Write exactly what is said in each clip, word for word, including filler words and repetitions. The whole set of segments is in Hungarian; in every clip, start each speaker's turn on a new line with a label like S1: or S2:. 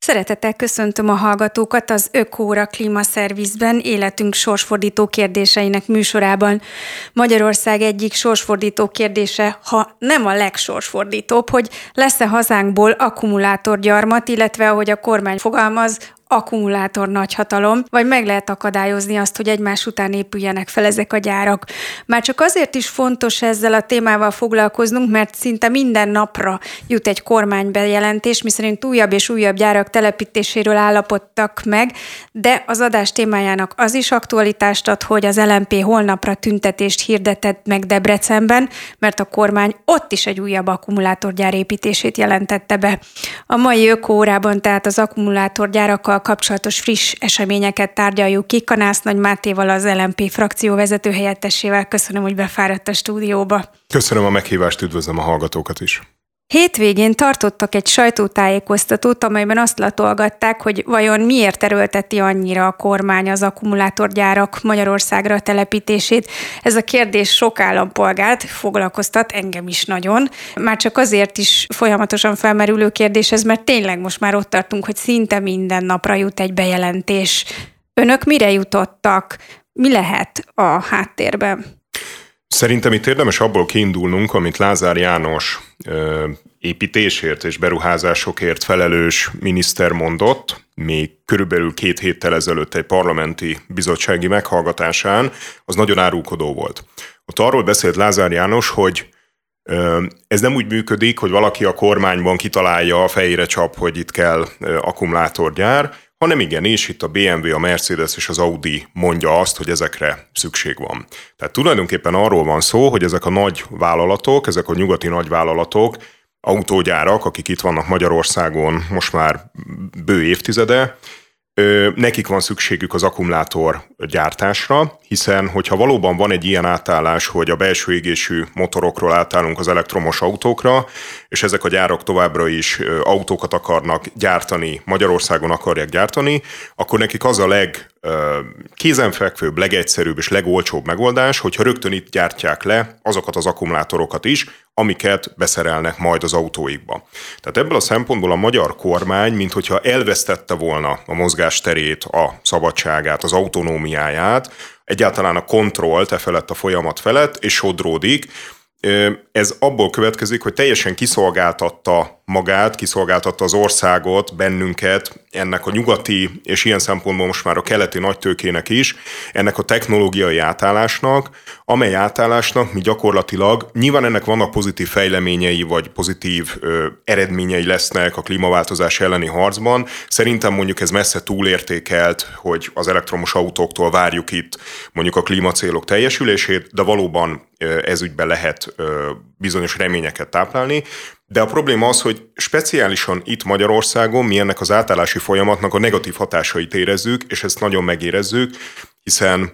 S1: Szeretettel köszöntöm a hallgatókat az Ökóra Klímaszervizben életünk sorsfordító kérdéseinek műsorában. Magyarország egyik sorsfordító kérdése, ha nem a legsorsfordítóbb, hogy lesz-e hazánkból akkumulátorgyarmat, illetve ahogy a kormány fogalmaz, akkumulátor nagyhatalom, vagy meg lehet akadályozni azt, hogy egymás után épüljenek fel ezek a gyárak. Már csak azért is fontos ezzel a témával foglalkoznunk, mert szinte minden napra jut egy kormánybejelentés, miszerint újabb és újabb gyárak telepítéséről állapodtak meg, de az adás témájának az is aktualitást ad, hogy az el en pé holnapra tüntetést hirdetett meg Debrecenben, mert a kormány ott is egy újabb akkumulátorgyár építését jelentette be. A mai Ökóórában tehát az akkumulátorgyárakkal kapcsolatos friss eseményeket tárgyaljuk ki. Kanász Nagy Mátéval, az el en pé frakció vezető helyettessével. Köszönöm, hogy befáradt a stúdióba.
S2: Köszönöm a meghívást, üdvözlöm a hallgatókat is.
S1: Hétvégén tartottak egy sajtótájékoztatót, amelyben azt latolgatták, hogy vajon miért erőlteti annyira a kormány az akkumulátorgyárak Magyarországra telepítését. Ez a kérdés sok állampolgárt foglalkoztat, engem is nagyon. Már csak azért is folyamatosan felmerülő kérdés ez, mert tényleg most már ott tartunk, hogy szinte minden napra jut egy bejelentés. Önök mire jutottak? Mi lehet a háttérben?
S2: Szerintem itt érdemes abból kiindulnunk, amit Lázár János ö, építésért és beruházásokért felelős miniszter mondott, még körülbelül két héttel ezelőtt egy parlamenti bizottsági meghallgatásán, az nagyon árulkodó volt. Ott arról beszélt Lázár János, hogy ö, ez nem úgy működik, hogy valaki a kormányban kitalálja, a fejére csap, hogy itt kell ö, akkumulátorgyár, hanem igenis, itt a bé em vé, a Mercedes és az Audi mondja azt, hogy ezekre szükség van. Tehát tulajdonképpen arról van szó, hogy ezek a nagy vállalatok, ezek a nyugati nagyvállalatok, autógyárak, akik itt vannak Magyarországon most már bő évtizede, nekik van szükségük az akkumulátor gyártásra, hiszen hogyha valóban van egy ilyen átállás, hogy a belső égésű motorokról átállunk az elektromos autókra, és ezek a gyárak továbbra is autókat akarnak gyártani, Magyarországon akarják gyártani, akkor nekik az a legkézenfekvőbb, legegyszerűbb és legolcsóbb megoldás, hogyha rögtön itt gyártják le azokat az akkumulátorokat is, amiket beszerelnek majd az autóikba. Tehát ebből a szempontból a magyar kormány, minthogyha elvesztette volna a mozgásterét, a szabadságát, az autonómiáját, egyáltalán a kontrollt e felett a folyamat felett, és sodródik. Ez abból következik, hogy teljesen kiszolgáltatta magát, kiszolgáltatta az országot, bennünket, ennek a nyugati, és ilyen szempontból most már a keleti nagytőkének is, ennek a technológiai átállásnak, amely átállásnak mi gyakorlatilag, nyilván ennek vannak pozitív fejleményei, vagy pozitív ö, eredményei lesznek a klímaváltozás elleni harcban. Szerintem mondjuk ez messze túlértékelt, hogy az elektromos autóktól várjuk itt mondjuk a klímacélok teljesülését, de valóban ö, ez ügyben lehet ö, bizonyos reményeket táplálni. De a probléma az, hogy speciálisan itt Magyarországon mi ennek az átállási folyamatnak a negatív hatásait érezzük, és ezt nagyon megérezzük, hiszen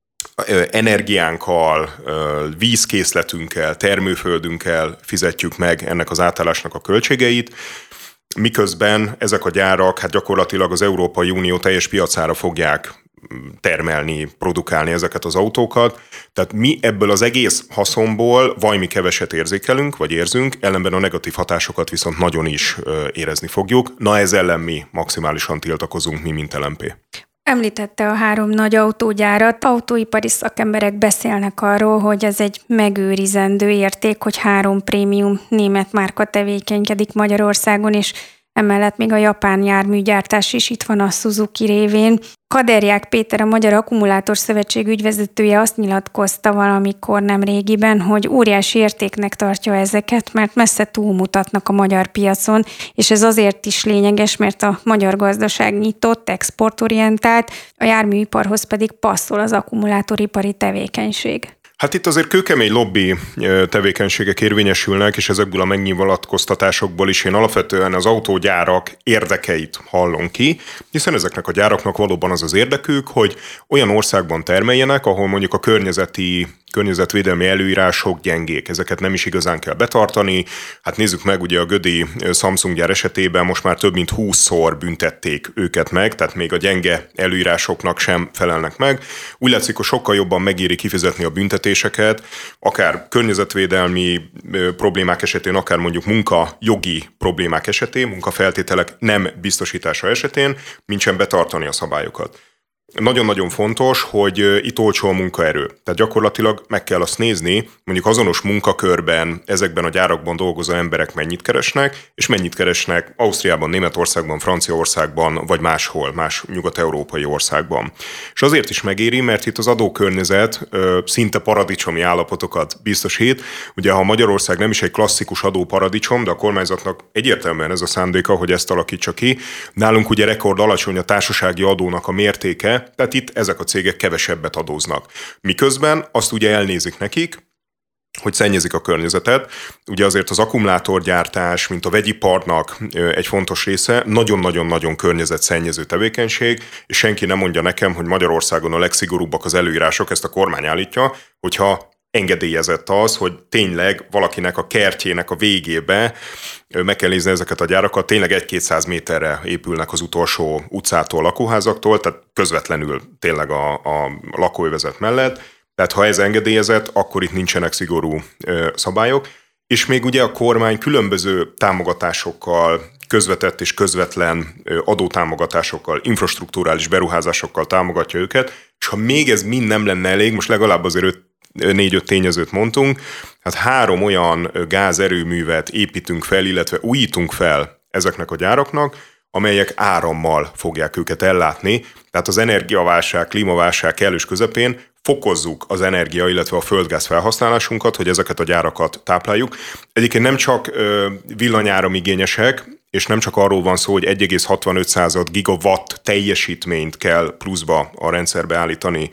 S2: energiánkkal, vízkészletünkkel, termőföldünkkel fizetjük meg ennek az átállásnak a költségeit, miközben ezek a gyárak hát gyakorlatilag az Európai Unió teljes piacára fogják termelni, produkálni ezeket az autókat. Tehát mi ebből az egész haszonból valami keveset érzékelünk, vagy érzünk, ellenben a negatív hatásokat viszont nagyon is érezni fogjuk. Na ez ellen mi maximálisan tiltakozunk, mi mint el en pé.
S1: Említette a három nagy autógyárat. Autóipari szakemberek beszélnek arról, hogy ez egy megőrizendő érték, hogy három prémium német márka tevékenykedik Magyarországon, és emellett még a japán járműgyártás is itt van a Suzuki révén. Kaderják Péter, a Magyar Akkumulátor Szövetség ügyvezetője azt nyilatkozta valamikor nem régiben, hogy óriási értéknek tartja ezeket, mert messze túlmutatnak a magyar piacon, és ez azért is lényeges, mert a magyar gazdaság nyitott, exportorientált, a járműiparhoz pedig passzol az akkumulátoripari tevékenység.
S2: Hát itt azért kőkemény lobby tevékenységek érvényesülnek, és ezekből a megnyilatkoztatásokból is én alapvetően az autógyárak érdekeit hallom ki, hiszen ezeknek a gyáraknak valóban az az érdekük, hogy olyan országban termeljenek, ahol mondjuk a környezeti környezetvédelmi előírások gyengék, ezeket nem is igazán kell betartani. Hát nézzük meg, ugye a gödi Samsung gyár esetében most már több mint húszszor büntették őket meg, tehát még a gyenge előírásoknak sem felelnek meg. Úgy látszik, hogy sokkal jobban megéri kifizetni a büntetéseket, akár környezetvédelmi problémák esetén, akár mondjuk munkajogi problémák esetén, munkafeltételek nem biztosítása esetén, mint sem betartani a szabályokat. Nagyon-nagyon fontos, hogy itt olcsó a munkaerő. Tehát gyakorlatilag meg kell azt nézni, mondjuk azonos munkakörben, ezekben a gyárakban dolgozó emberek mennyit keresnek, és mennyit keresnek Ausztriában, Németországban, Franciaországban, vagy máshol, más nyugat-európai országban. És azért is megéri, mert itt az adókörnyezet szinte paradicsomi állapotokat biztosít. Ugye, ha Magyarország nem is egy klasszikus adóparadicsom, de a kormányzatnak egyértelműen ez a szándéka, hogy ezt alakítsa ki. Nálunk ugye rekord alacsony a társasági adónak a mértéke, tehát itt ezek a cégek kevesebbet adóznak. Miközben azt ugye elnézik nekik, hogy szennyezik a környezetet. Ugye azért az akkumulátorgyártás, mint a vegyiparnak egy fontos része, nagyon-nagyon-nagyon környezetszennyező tevékenység, és senki nem mondja nekem, hogy Magyarországon a legszigorúbbak az előírások, ezt a kormány állítja, hogyha engedélyezett az, hogy tényleg valakinek a kertjének a végébe meg kell nézni ezeket a gyárakat, tényleg egy-kétszáz méterre épülnek az utolsó utcától, lakóházaktól, tehát közvetlenül tényleg a, a lakóövezet mellett. Tehát ha ez engedélyezett, akkor itt nincsenek szigorú ö, szabályok. És még ugye a kormány különböző támogatásokkal, közvetett és közvetlen adótámogatásokkal, infrastrukturális beruházásokkal támogatja őket, és ha még ez mind nem lenne elég, most legalább azért négy-öt tényezőt mondtunk, hát három olyan gázerőművet építünk fel, illetve újítunk fel ezeknek a gyáraknak, amelyek árammal fogják őket ellátni. Tehát az energiaválság, klímaválság kellős közepén fokozzuk az energia, illetve a földgáz felhasználásunkat, hogy ezeket a gyárakat tápláljuk. Egyébként nem csak villanyáram igényesek, és nem csak arról van szó, hogy egy egész hatvanöt gigawatt teljesítményt kell pluszba a rendszerbe állítani,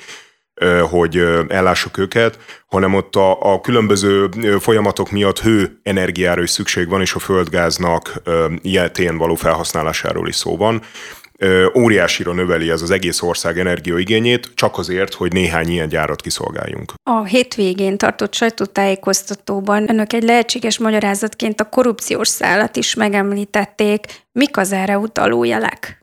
S2: hogy ellássuk őket, hanem ott a, a különböző folyamatok miatt hő energiára is szükség van, és a földgáznak ilyetén való felhasználásáról is szó van. Óriásira növeli ez az egész ország energiaigényét, csak azért, hogy néhány ilyen gyárat kiszolgáljunk.
S1: A hétvégén tartott sajtótájékoztatóban önök egy lehetséges magyarázatként a korrupciós szálat is megemlítették. Mik az erre utaló jelek?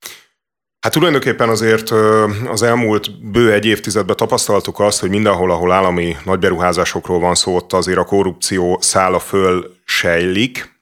S2: Hát tulajdonképpen azért az elmúlt bő egy évtizedben tapasztaltuk azt, hogy mindenhol, ahol állami nagyberuházásokról van szó, ott azért a korrupció szála fölsejlik.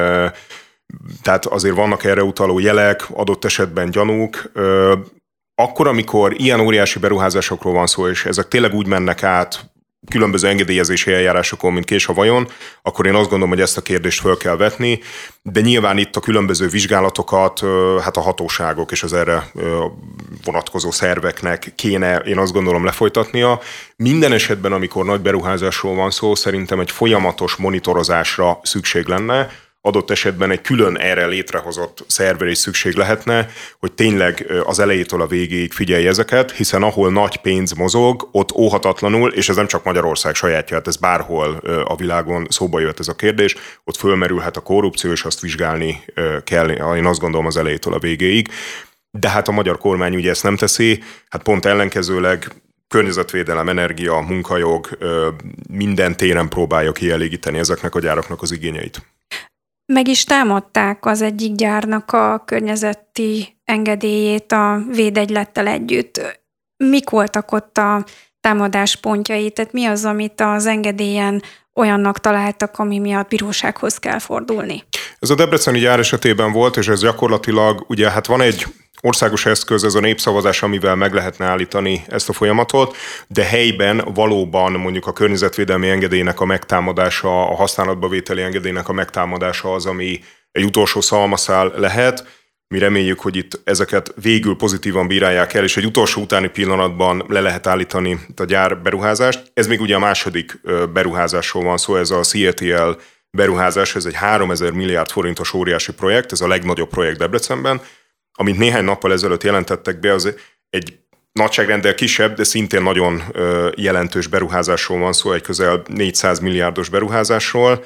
S2: Tehát azért vannak erre utaló jelek, adott esetben gyanúk. Akkor, amikor ilyen óriási beruházásokról van szó, és ezek tényleg úgy mennek át különböző engedélyezési eljárásokon, mint kés a vajon, akkor én azt gondolom, hogy ezt a kérdést föl kell vetni, de nyilván itt a különböző vizsgálatokat hát a hatóságok és az erre vonatkozó szerveknek kéne, én azt gondolom, lefolytatnia. Minden esetben, amikor nagy beruházásról van szó, szerintem egy folyamatos monitorozásra szükség lenne, adott esetben egy külön erre létrehozott szerver is szükség lehetne, hogy tényleg az elejétől a végéig figyelj ezeket, hiszen ahol nagy pénz mozog, ott óhatatlanul, és ez nem csak Magyarország sajátja, hát ez bárhol a világon szóba jött ez a kérdés, ott fölmerülhet a korrupció, és azt vizsgálni kell, én azt gondolom, az elejétől a végéig. De hát a magyar kormány ugye ezt nem teszi, hát pont ellenkezőleg környezetvédelem, energia, munkajog minden téren próbálja kielégíteni ezeknek a gyáraknak az igényeit.
S1: Meg is támadták az egyik gyárnak a környezeti engedélyét a védegylettel együtt. Mik voltak ott a támadás pontjai? Tehát mi az, amit az engedélyen olyannak találtak, ami miatt bírósághoz kell fordulni?
S2: Ez a debreceni gyár esetében volt, és ez gyakorlatilag, ugye hát van egy országos eszköz, ez a népszavazás, amivel meg lehetne állítani ezt a folyamatot, de helyben valóban mondjuk a környezetvédelmi engedélynek a megtámadása, a használatba vételi engedélynek a megtámadása az, ami egy utolsó szalmaszál lehet. Mi reméljük, hogy itt ezeket végül pozitívan bírálják el, és egy utolsó utáni pillanatban le lehet állítani a gyár beruházást. Ez még ugye a második beruházásról van szó, ez a cé é té el beruházás, ez egy háromezer milliárd forintos óriási projekt, ez a legnagyobb projekt Debrecenben, amit néhány nappal ezelőtt jelentettek be, az egy nagyságrendel kisebb, de szintén nagyon jelentős beruházásról van szó, egy közel négyszáz milliárdos beruházásról.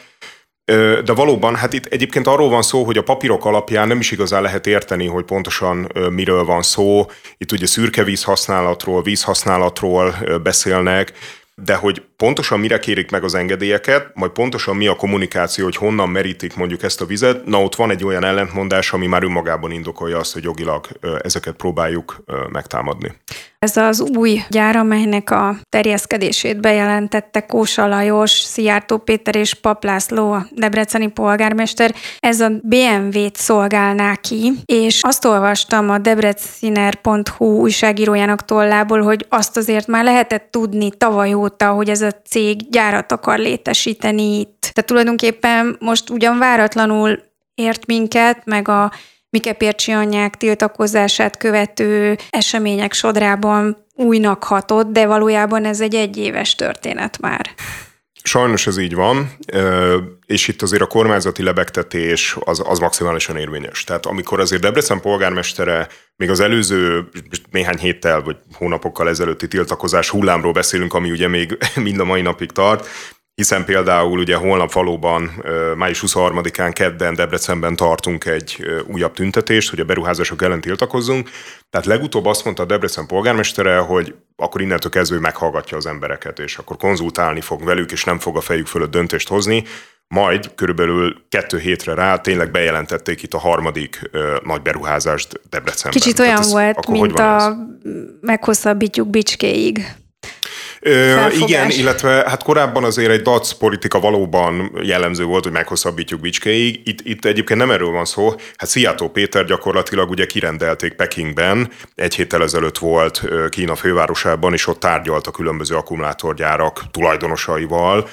S2: De valóban, hát itt egyébként arról van szó, hogy a papírok alapján nem is igazán lehet érteni, hogy pontosan miről van szó. Itt ugye szürke vízhasználatról, vízhasználatról beszélnek. de hogy pontosan mire kérik meg az engedélyeket, majd pontosan mi a kommunikáció, hogy honnan merítik mondjuk ezt a vizet, na ott van egy olyan ellentmondás, ami már önmagában indokolja azt, hogy jogilag ezeket próbáljuk megtámadni.
S1: Ez az új gyár, amelynek a terjeszkedését bejelentette Kósa Lajos, Szijjártó Péter és Papp László, a debreceni polgármester, ez a bé em vét szolgálná ki, és azt olvastam a debreciner pont hu újságírójának tollából, hogy azt azért már lehetett tudni tavaly óta, hogy ez a cég gyárat akar létesíteni itt. Tehát tulajdonképpen most ugyan váratlanul ért minket, meg a Mike Pércsi anyák tiltakozását követő események sodrában újnak hatott, de valójában ez egy egyéves történet már.
S2: Sajnos ez így van, és itt azért a kormányzati lebegtetés az, az maximálisan érvényes. Tehát amikor azért Debrecen polgármestere még az előző néhány héttel vagy hónapokkal ezelőtti tiltakozás hullámról beszélünk, ami ugye még mind a mai napig tart, hiszen például ugye holnap valóban május huszonharmadikán kedden Debrecenben tartunk egy újabb tüntetést, hogy a beruházások ellen tiltakozzunk. Tehát legutóbb azt mondta a Debrecen polgármestere, hogy akkor innentől kezdve meghallgatja az embereket, és akkor konzultálni fog velük, és nem fog a fejük fölött döntést hozni. Majd körülbelül kettő hétre rá tényleg bejelentették itt a harmadik ö, nagy beruházást Debrecenben.
S1: Kicsit olyan ez, volt, mint a meghosszabbítjuk Bicskéig.
S2: Ö, igen, illetve hát korábban azért egy dac politika valóban jellemző volt, hogy meghosszabbítjuk Bicskéig. Itt, itt egyébként nem erről van szó. Hát Szijjártó Péter gyakorlatilag ugye kirendelték Pekingben, egy héttel ezelőtt volt Kína fővárosában, és ott tárgyalt a különböző akkumulátorgyárak tulajdonosaival,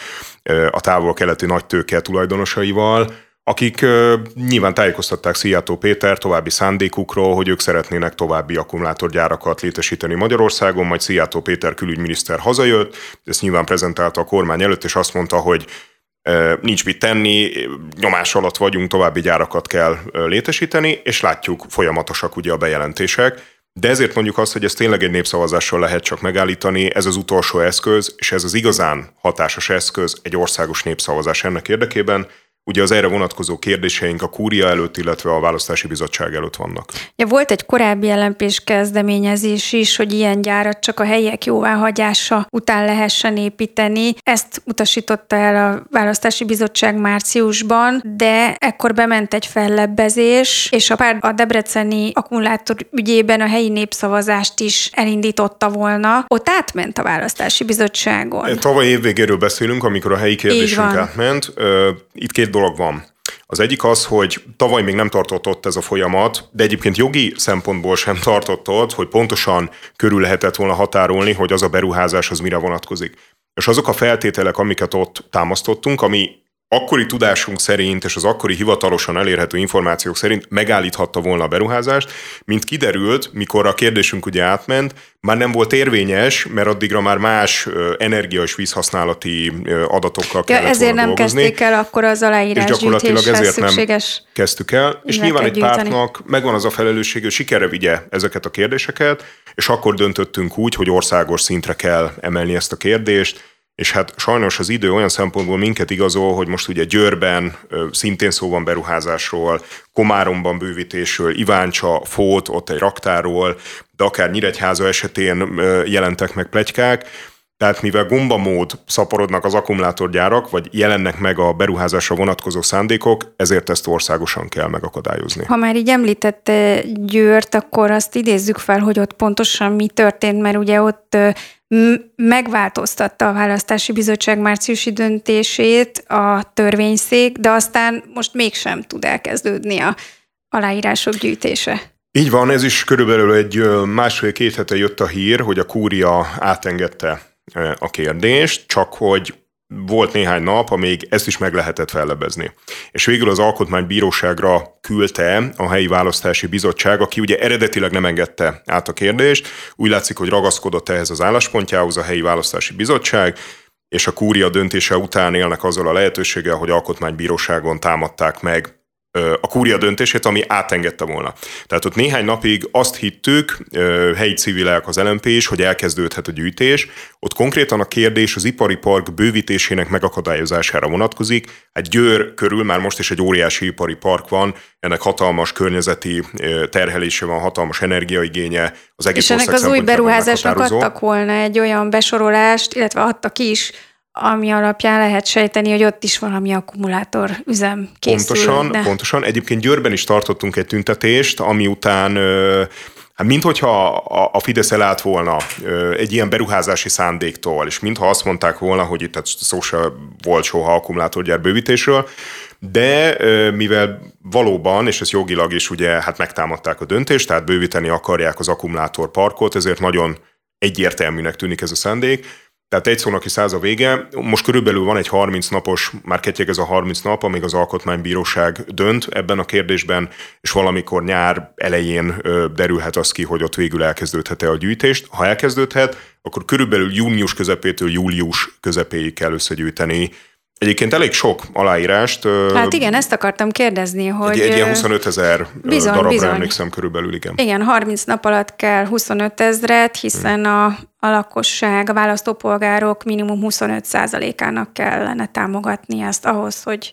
S2: a távol-keleti nagytőke tulajdonosaival, akik uh, nyilván tájékoztatták Szijjártó Péter további szándékukról, hogy ők szeretnének további akkumulátorgyárakat létesíteni Magyarországon, majd Szijjártó Péter külügyminiszter hazajött, ezt nyilván prezentálta a kormány előtt, és azt mondta, hogy uh, nincs mit tenni, nyomás alatt vagyunk, további gyárakat kell uh, létesíteni, és látjuk, folyamatosak ugye a bejelentések. De ezért mondjuk azt, hogy ezt tényleg egy népszavazással lehet csak megállítani, ez az utolsó eszköz, és ez az igazán hatásos eszköz egy országos népszavazás ennek érdekében. Ugye az erre vonatkozó kérdéseink a kúria előtt, illetve a választási bizottság előtt vannak.
S1: Ja, volt egy korábbi ellenpés kezdeményezés is, hogy ilyen gyárat csak a helyiek jóváhagyása után lehessen építeni. Ezt utasította el a választási bizottság márciusban, de ekkor bement egy fellebbezés, és a párt a debreceni akkumulátor ügyében a helyi népszavazást is elindította volna. Ott átment a választási bizottságon.
S2: Tavaly évvégéről beszélünk, amikor a helyi kérdésünk átment. Itt két dolog van. Az egyik az, hogy tavaly még nem tartott ott ez a folyamat, de egyébként jogi szempontból sem tartott ott, hogy pontosan körül lehetett volna határolni, hogy az a beruházás az mire vonatkozik. És azok a feltételek, amiket ott támasztottunk, ami akkori tudásunk szerint és az akkori hivatalosan elérhető információk szerint megállíthatta volna a beruházást, mint kiderült, mikor a kérdésünk ugye átment, már nem volt érvényes, mert addigra már más energia- és vízhasználati adatokkal kellett
S1: ja, ezért
S2: volna
S1: nem
S2: dolgozni.
S1: Kezdték el akkor az aláírásgyűjtéshez szükséges.
S2: Nem kezdtük el, és nyilván egy gyűjteni. Pártnak megvan az a felelősség, hogy sikerre vigye ezeket a kérdéseket, és akkor döntöttünk úgy, hogy országos szintre kell emelni ezt a kérdést, és hát sajnos az idő olyan szempontból minket igazol, hogy most ugye Győrben szintén szó van beruházásról, Komáromban bővítésről, Iváncsa, Fót, ott egy raktárról, de akár Nyíregyháza esetén jelentek meg pletykák. Tehát mivel gombamód szaporodnak az akkumulátorgyárak, vagy jelennek meg a beruházásra vonatkozó szándékok, ezért ezt országosan kell megakadályozni.
S1: Ha már így említette Győrt, akkor azt idézzük fel, hogy ott pontosan mi történt, mert ugye ott megváltoztatta a választási bizottság márciusi döntését a törvényszék, de aztán most mégsem tud elkezdődni a aláírások gyűjtése.
S2: Így van, ez is körülbelül egy másfél-két hete jött a hír, hogy a kúria átengedte a kérdést, csak hogy volt néhány nap, amíg ezt is meg lehetett fellebbezni. És végül az Alkotmánybíróságra küldte a helyi választási bizottság, aki ugye eredetileg nem engedte át a kérdést. Úgy látszik, hogy ragaszkodott ehhez az álláspontjához a helyi választási bizottság, és a kúria döntése után élnek azzal a lehetőséggel, hogy Alkotmánybíróságon támadták meg a kúria döntését, ami átengedte volna. Tehát ott néhány napig azt hittük, helyi civilek, az el em pé is, hogy elkezdődhet a gyűjtés. Ott konkrétan a kérdés az ipari park bővítésének megakadályozására vonatkozik. Hát Győr körül már most is egy óriási ipari park van, ennek hatalmas környezeti terhelése van, hatalmas energiaigénye. Az egész
S1: és ennek az új beruházásnak adtak volna egy olyan besorolást, illetve adtak is, ami alapján lehet sejteni, hogy ott is valami akkumulátor üzem készül.
S2: Pontosan, de... pontosan. Egyébként Győrben is tartottunk egy tüntetést, ami után, hát minthogyha a Fidesz elállt volna egy ilyen beruházási szándéktól, és mintha azt mondták volna, hogy itt szó se volt soha akkumulátorgyár bővítésről, de mivel valóban, és ez jogilag is ugye hát megtámadták a döntést, tehát bővíteni akarják az akkumulátorparkot, ezért nagyon egyértelműnek tűnik ez a szándék. Tehát egy szónak is száz a vége. Most körülbelül van egy harminc napos, már ketyeg ez a harminc nap, amíg az Alkotmánybíróság dönt ebben a kérdésben, és valamikor nyár elején derülhet az ki, hogy ott végül elkezdődhet-e a gyűjtést. Ha elkezdődhet, akkor körülbelül június közepétől július közepéig kell összegyűjteni. Egyébként elég sok aláírást.
S1: Hát igen, ezt akartam kérdezni, hogy...
S2: Egy, egy ilyen huszonöt ezer darabra bizony. Emlékszem körülbelül, igen.
S1: Igen, harminc nap alatt kell huszonöt ezret, hiszen hmm. a, a lakosság, a választópolgárok minimum huszonöt százalékának kellene támogatni ezt ahhoz, hogy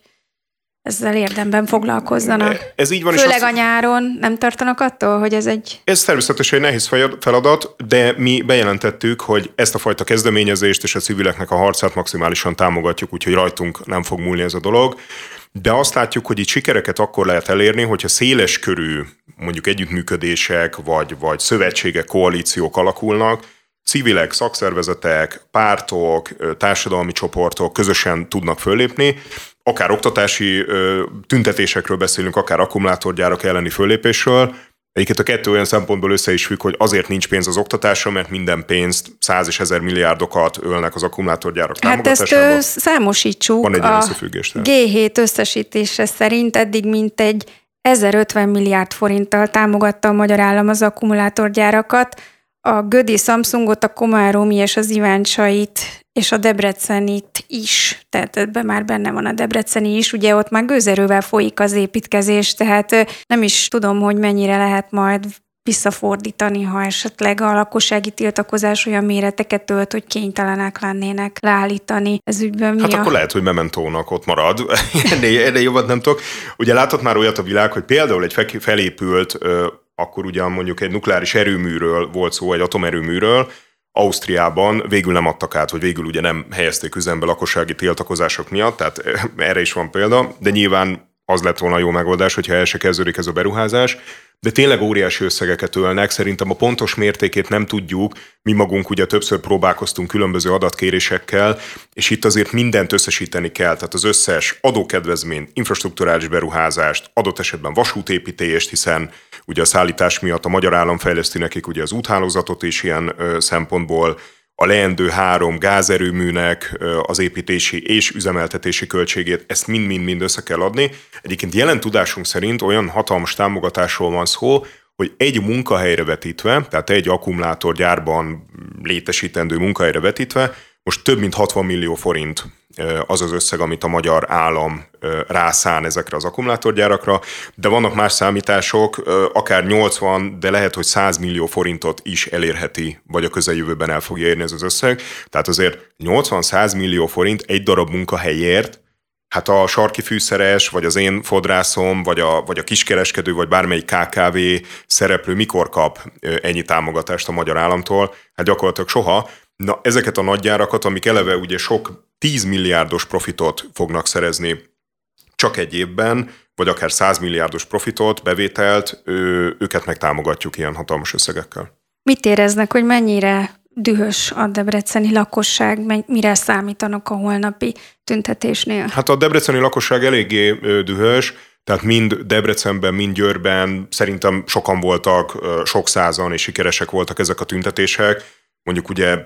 S1: ezzel érdemben foglalkozzanak.
S2: Ez így van.
S1: Főleg
S2: és
S1: a nyáron nem tartanak attól, hogy ez egy...
S2: Ez természetesen egy nehéz feladat, de mi bejelentettük, hogy ezt a fajta kezdeményezést és a civileknek a harcát maximálisan támogatjuk, úgyhogy rajtunk nem fog múlni ez a dolog. De azt látjuk, hogy itt sikereket akkor lehet elérni, hogyha széles körű mondjuk együttműködések, vagy, vagy szövetségek, koalíciók alakulnak, civilek, szakszervezetek, pártok, társadalmi csoportok közösen tudnak föllépni, akár oktatási ö, tüntetésekről beszélünk, akár akkumulátorgyárak elleni föllépésről. Egyébként a kettő olyan szempontból össze is függ, hogy azért nincs pénz az oktatásra, mert minden pénzt, száz és ezer milliárdokat ölnek az akkumulátorgyárak támogatásába.
S1: Hát ezt ö, számosítsuk.
S2: Van egy ilyen összefüggés.
S1: gé hét összesítése szerint eddig mintegy ezerötven milliárd forinttal támogatta a magyar állam az akkumulátorgyárakat. A Gödi Samsungot, a Komáromi és az Iváncsait és a Debrecenit is, tehát ebben már benne van a Debreceni is, ugye ott már gőzerővel folyik az építkezés, tehát nem is tudom, hogy mennyire lehet majd visszafordítani, ha esetleg a lakossági tiltakozás olyan méreteket ölt, hogy kénytelenek lennének leállítani ez ügyben.
S2: Hát
S1: a...
S2: akkor lehet, hogy mementónak ott marad. ennél, ennél jobbat nem tudok. Ugye látott már olyat a világ, hogy például egy felépült, akkor ugyan mondjuk egy nukleáris erőműről volt szó, egy atomerőműről, Ausztriában végül nem adtak át, vagy végül ugye nem helyezték üzembe lakossági tiltakozások miatt, tehát erre is van példa, de nyilván az lett volna a jó megoldás, hogyha el se kezdődik ez a beruházás, de tényleg óriási összegeket ölnek, szerintem a pontos mértékét nem tudjuk, mi magunk ugye többször próbálkoztunk különböző adatkérésekkel, és itt azért mindent összesíteni kell, tehát az összes adókedvezményt, infrastrukturális beruházást, adott esetben vasútépítést, hiszen ugye a szállítás miatt a magyar állam fejleszti nekik ugye az úthálózatot is ilyen ö, szempontból, a leendő három gázerőműnek az építési és üzemeltetési költségét, ezt mind-mind-mind össze kell adni. Egyébként jelen tudásunk szerint olyan hatalmas támogatásról van szó, hogy egy munkahelyre vetítve, tehát egy akkumulátorgyárban létesítendő munkahelyre vetítve, most több mint hatvan millió forint az az összeg, amit a magyar állam rászán ezekre az akkumulátorgyárakra, de vannak más számítások, akár nyolcvan, de lehet, hogy száz millió forintot is elérheti, vagy a közeljövőben el fogja érni ez az összeg. Tehát azért nyolcvan-száz millió forint egy darab munkahelyért, hát a sarki fűszeres, vagy az én fodrászom, vagy a, vagy a kiskereskedő, vagy bármelyik ká ká vé szereplő mikor kap ennyi támogatást a magyar államtól? Hát gyakorlatilag soha. Na, ezeket a nagygyárakat, amik eleve ugye sok tízmilliárdos profitot fognak szerezni csak egy évben, vagy akár százmilliárdos profitot, bevételt, ő, őket megtámogatjuk ilyen hatalmas összegekkel.
S1: Mit éreznek, hogy mennyire dühös a debreceni lakosság, mire számítanak a holnapi tüntetésnél?
S2: Hát a debreceni lakosság eléggé dühös, tehát mind Debrecenben, mind Győrben szerintem sokan voltak, sok százan és sikeresek voltak ezek a tüntetések. Mondjuk ugye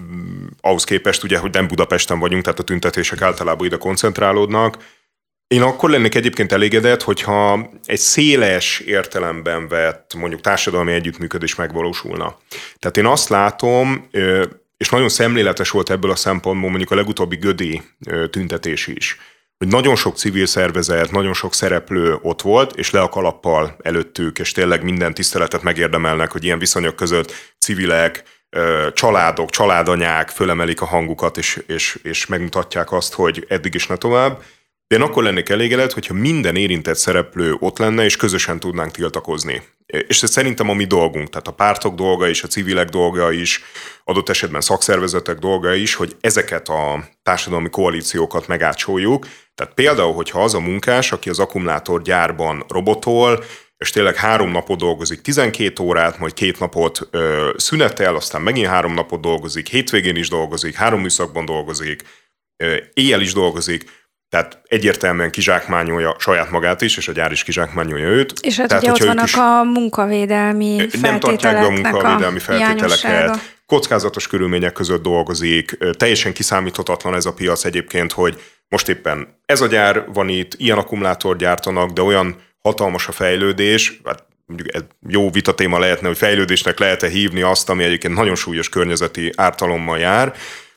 S2: ahhoz képest, ugye, hogy nem Budapesten vagyunk, tehát a tüntetések általában ide koncentrálódnak. Én akkor lennék egyébként elégedett, hogyha egy széles értelemben vett mondjuk társadalmi együttműködés megvalósulna. Tehát én azt látom, és nagyon szemléletes volt ebből a szempontból mondjuk a legutóbbi gödi tüntetés is, hogy nagyon sok civil szervezet, nagyon sok szereplő ott volt, és le a kalappal előttük, és tényleg minden tiszteletet megérdemelnek, hogy ilyen viszonyok között civilek, családok, családanyák fölemelik a hangukat, és, és, és megmutatják azt, hogy eddig is ne tovább. De én akkor lennék elégedett, hogyha minden érintett szereplő ott lenne, és közösen tudnánk tiltakozni. És ez szerintem a mi dolgunk, tehát a pártok dolga is, a civilek dolga is, adott esetben szakszervezetek dolga is, hogy ezeket a társadalmi koalíciókat megátsoljuk. Tehát például, hogyha az a munkás, aki az akkumulátorgyárban robotol, és tényleg három napot dolgozik, tizenkét órát, majd két napot ö, szünetel, aztán megint három napot dolgozik, hétvégén is dolgozik, három műszakban dolgozik, ö, éjjel is dolgozik, tehát egyértelműen kizsákmányolja saját magát is, és a gyár is kizsákmányolja őt.
S1: És hát
S2: tehát,
S1: ugye ott vannak
S2: is
S1: a munkavédelmi feltételeknek
S2: nem tartják be a munkavédelmi
S1: a
S2: feltételeket, kockázatos körülmények között dolgozik, teljesen kiszámíthatatlan ez a piac egyébként, hogy most éppen ez a gyár van itt, ilyen akkumulátort gyártanak, de olyan hatalmas a fejlődés, hát mondjuk ez jó vitatéma lehetne, hogy fejlődésnek lehet-e hívni azt, ami egyébként nagyon súlyos környezeti ártalommal jár.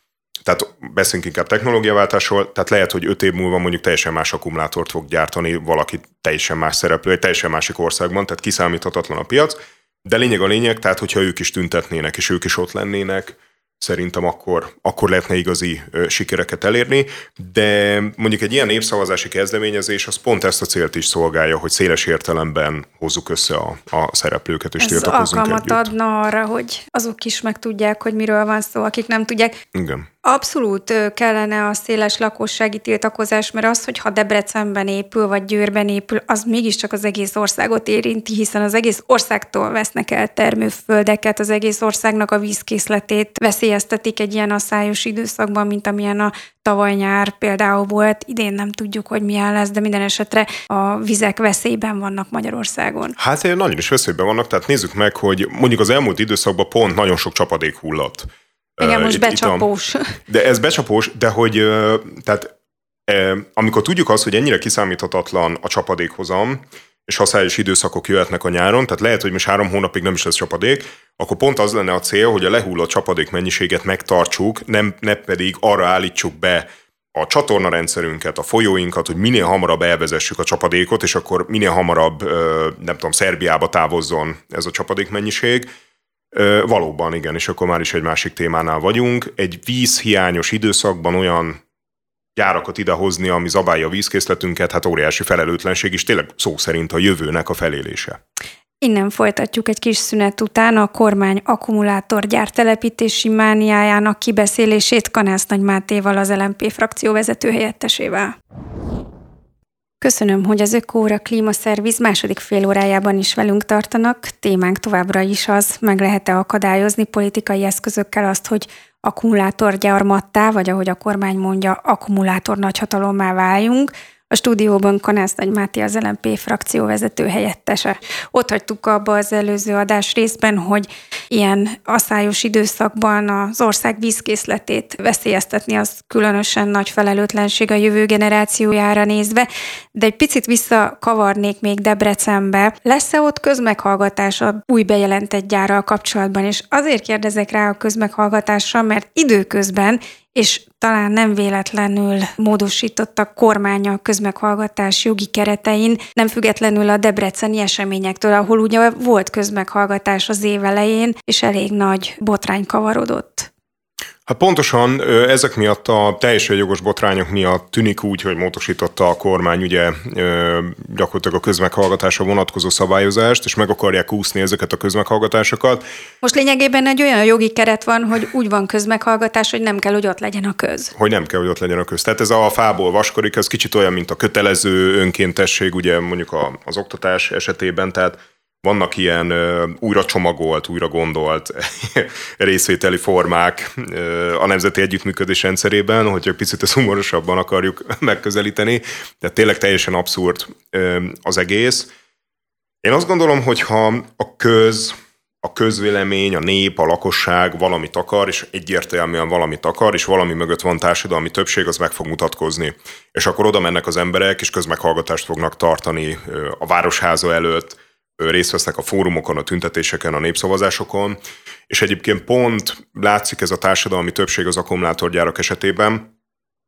S2: Tehát beszélünk inkább technológiaváltásról, tehát lehet, hogy öt év múlva mondjuk teljesen más akkumulátort fog gyártani valaki teljesen más szereplő, egy teljesen másik országban, tehát kiszámíthatatlan a piac, de lényeg a lényeg, tehát hogyha ők is tüntetnének, és ők is ott lennének, szerintem akkor, akkor lehetne igazi ö, sikereket elérni, de mondjuk egy ilyen népszavazási kezdeményezés az pont ezt a célt is szolgálja, hogy széles értelemben hozzuk össze a, a szereplőket, és
S1: ez
S2: tiltakozzunk együtt. Ez
S1: alkalmat adna arra, hogy azok is megtudják, hogy miről van szó, akik nem tudják.
S2: Igen.
S1: Abszolút kellene a széles lakossági tiltakozás, mert az, hogyha Debrecenben épül, vagy Győrben épül, az mégiscsak az egész országot érinti, hiszen az egész országtól vesznek el termőföldeket, az egész országnak a vízkészletét veszélyeztetik egy ilyen asszályos időszakban, mint amilyen a tavaly nyár például volt. Idén nem tudjuk, hogy milyen lesz, de minden esetre a vizek veszélyben vannak Magyarországon.
S2: Hát nagyon is veszélyben vannak, tehát nézzük meg, hogy mondjuk az elmúlt időszakban pont nagyon sok csapadék hullott.
S1: Igen, most becsapós.
S2: De ez becsapós, de hogy tehát, amikor tudjuk azt, hogy ennyire kiszámíthatatlan a csapadékhozam, és haszályos időszakok jöhetnek a nyáron, tehát lehet, hogy most három hónapig nem is lesz csapadék, akkor pont az lenne a cél, hogy a lehullott csapadék mennyiséget megtartsuk, nem, nem pedig arra állítsuk be a csatornarendszerünket, a folyóinkat, hogy minél hamarabb elvezessük a csapadékot, és akkor minél hamarabb, nem tudom, Szerbiába távozzon ez a csapadékmennyiség. Valóban, igen, és akkor már is egy másik témánál vagyunk. Egy vízhiányos időszakban olyan gyárakat idehozni, ami zabálja a vízkészletünket, hát óriási felelőtlenség, és tényleg szó szerint a jövőnek a felélése.
S1: Innen folytatjuk egy kis szünet után a kormány akkumulátorgyár telepítési mániájának kibeszélését Kanász Nagy Mátéval, az el em pé frakció vezető helyettesével. Köszönöm, hogy az Ökóra Klímaszerviz második félórájában is velünk tartanak. Témánk továbbra is az, meg lehet-e akadályozni politikai eszközökkel azt, hogy akkumulátorgyarmattá, vagy ahogy a kormány mondja, akkumulátor nagyhatalommá váljunk. A stúdióban Kanász Nagy Máté, az el em pé frakció vezető helyettese. Ott hagytuk abba az előző adás részben, hogy ilyen asszályos időszakban az ország vízkészletét veszélyeztetni, az különösen nagy felelőtlenség a jövő generációjára nézve, de egy picit visszakavarnék még Debrecenbe. Lesz-e ott közmeghallgatás a új bejelentett gyárral kapcsolatban? És azért kérdezek rá a közmeghallgatásra, mert időközben, és talán nem véletlenül módosított a kormány a közmeghallgatás jogi keretein, nem függetlenül a debreceni eseményektől, ahol ugye volt közmeghallgatás az év elején, és elég nagy botrány kavarodott.
S2: Hát pontosan ezek miatt, a teljesen jogos botrányok miatt tűnik úgy, hogy módosította a kormány ugye gyakorlatilag a közmeghallgatásra vonatkozó szabályozást, és meg akarják úszni ezeket a közmeghallgatásokat.
S1: Most lényegében egy olyan jogi keret van, hogy úgy van közmeghallgatás, hogy nem kell, hogy ott legyen a köz.
S2: Hogy nem kell, hogy ott legyen a köz. Tehát ez a fából vaskodik, ez kicsit olyan, mint a kötelező önkéntesség, ugye mondjuk az oktatás esetében, tehát vannak ilyen ö, újra csomagolt, újra gondolt részvételi formák ö, a nemzeti együttműködés rendszerében, hogyha picit ezt humorosabban akarjuk megközelíteni, de tényleg teljesen abszurd ö, az egész. Én azt gondolom, hogy ha a köz, a közvélemény, a nép, a lakosság valamit akar, és egyértelműen valamit akar, és valami mögött van társadalmi többség, az meg fog mutatkozni. És akkor oda mennek az emberek, és közmeghallgatást fognak tartani ö, a Városháza előtt, részt vesznek a fórumokon, a tüntetéseken, a népszavazásokon, és egyébként pont látszik ez a társadalmi többség az akkumulátorgyárak esetében,